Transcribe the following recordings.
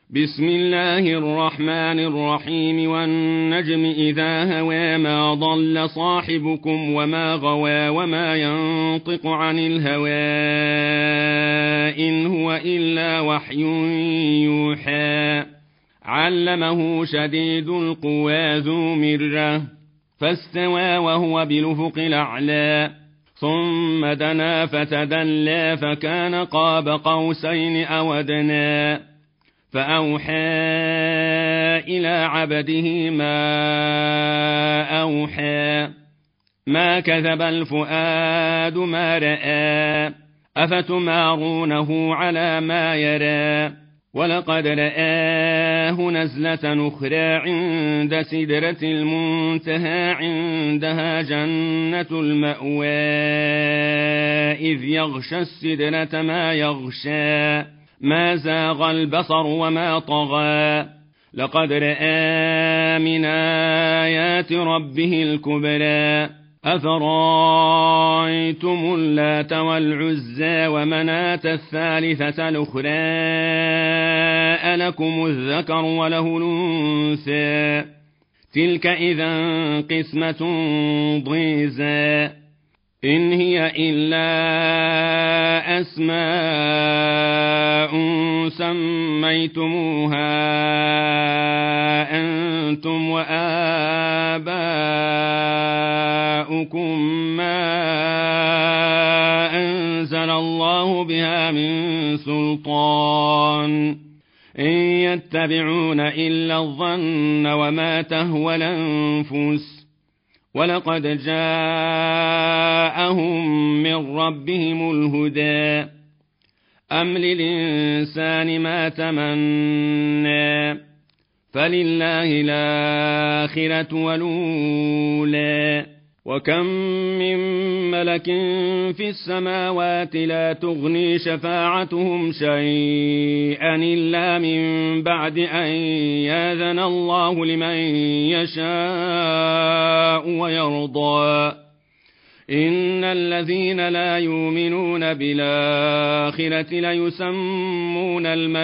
بسم الله الرحمن الرحيم والنجم إذا هوى ما ضل صاحبكم وما غوى وما ينطق عن الهوى إن هو إلا وحي يوحى علمه شديد القوى ذو مرة فاستوى وهو بالأفق الأعلى ثم دنا فتدلى فكان قاب قوسين أو أدنى فأوحى إلى عبده ما أوحى ما كذب الفؤاد ما رأى أفتمارونه على ما يرى ولقد رآه نزلة أخرى عند سدرة المنتهى عندها جنة المأوى إذ يغشى السدرة ما يغشى ما زاغ البصر وما طغى لقد رأى من آيات ربه الكبرى أفرأيتم اللات والعزى ومناة الثالثة الأخرى ألكم الذكر وله الأنثى تلك إذا قسمة ضيزى إن هي إلا أسماء سميتموها أنتم وآباؤكم ما أنزل الله بها من سلطان إن يتبعون إلا الظن وما تهوى الأنفس ولقد جاءهم من ربهم الهدى أم للإنسان ما تمنى فلله الآخرة والأولى وكم من ملك في السماوات لا تغني شفاعتهم شيئا إلا من بعد أن يأذن الله لمن يشاء ويرضى إن الذين لا يؤمنون بالآخرة ليسمون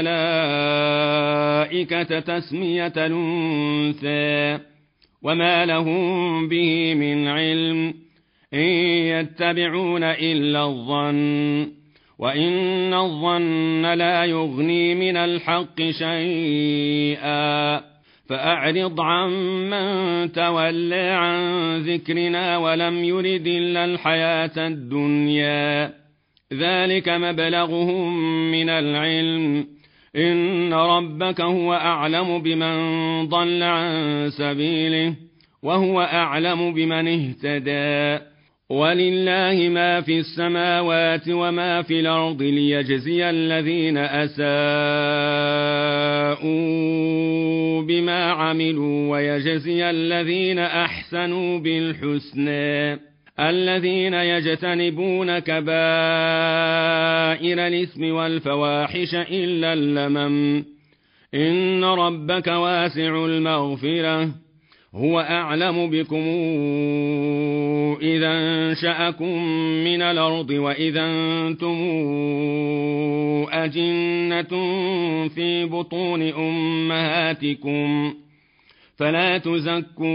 الملائكة تسمية الأنثى وما لهم به من علم إن يتبعون إلا الظن وإن الظن لا يغني من الحق شيئا فأعرض عمن تولى عن ذكرنا ولم يرد إلا الحياة الدنيا ذلك مبلغهم من العلم إن ربك هو أعلم بمن ضل عن سبيله وهو أعلم بمن اهتدى ولله ما في السماوات وما في الأرض ليجزي الذين أساءوا بما عملوا ويجزي الذين أحسنوا بالحسنى الذين يجتنبون كبائر الإثم والفواحش إلا اللمم إن ربك واسع المغفرة هو أعلم بكم إذا انشأكم من الأرض وإذا أنتم أجنة في بطون أمهاتكم فلا تزكوا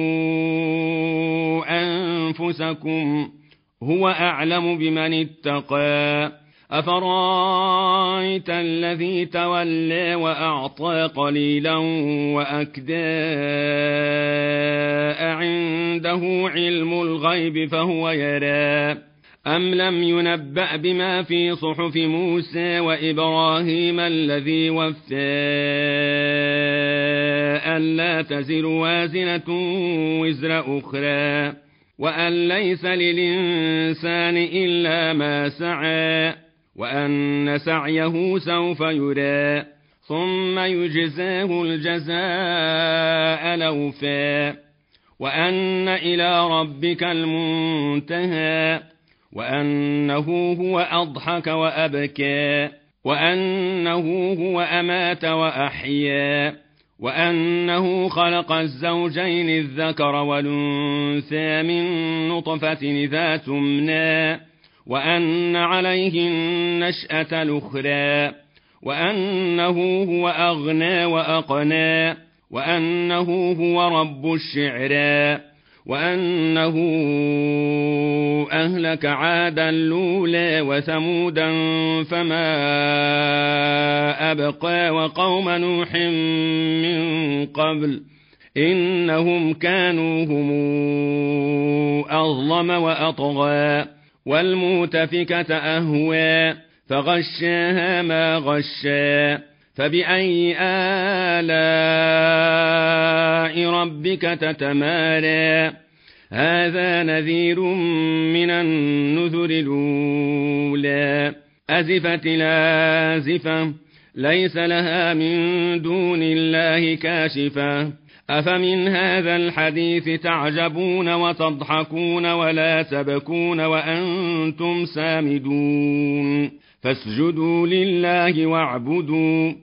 أنفسكم هو أعلم بمن اتقى أفرأيت الذي تولى وأعطى قليلا وأكدى عنده علم الغيب فهو يرى أم لم ينبأ بما في صحف موسى وإبراهيم الذي وفى ألا تزر وازنة وزر أخرى وأن ليس للإنسان إلا ما سعى وأن سعيه سوف يرى ثم يجزاه الجزاء الأوفى وأن إلى ربك المنتهى وأنه هو أضحك وأبكى وأنه هو أمات وأحيا وأنه خلق الزوجين الذكر والأنثى من نطفة إذا تمنى وأن عليه النشأة الأخرى وأنه هو أغنى وأقنى وأنه هو رب الشعرى وأنه أهلك عادا الأولى وثمودا فما أبقى وقوم نوح من قبل إنهم كانوا هم أظلم وأطغى والمؤتفكة أهوى فغشاها ما غشا فبأي آلاء ربك تتمارى هذا نذير من النذر الأولى أزفت الآزفة ليس لها من دون الله كاشفة أفمن هذا الحديث تعجبون وتضحكون ولا تبكون وأنتم سامدون فاسجدوا لله واعبدوا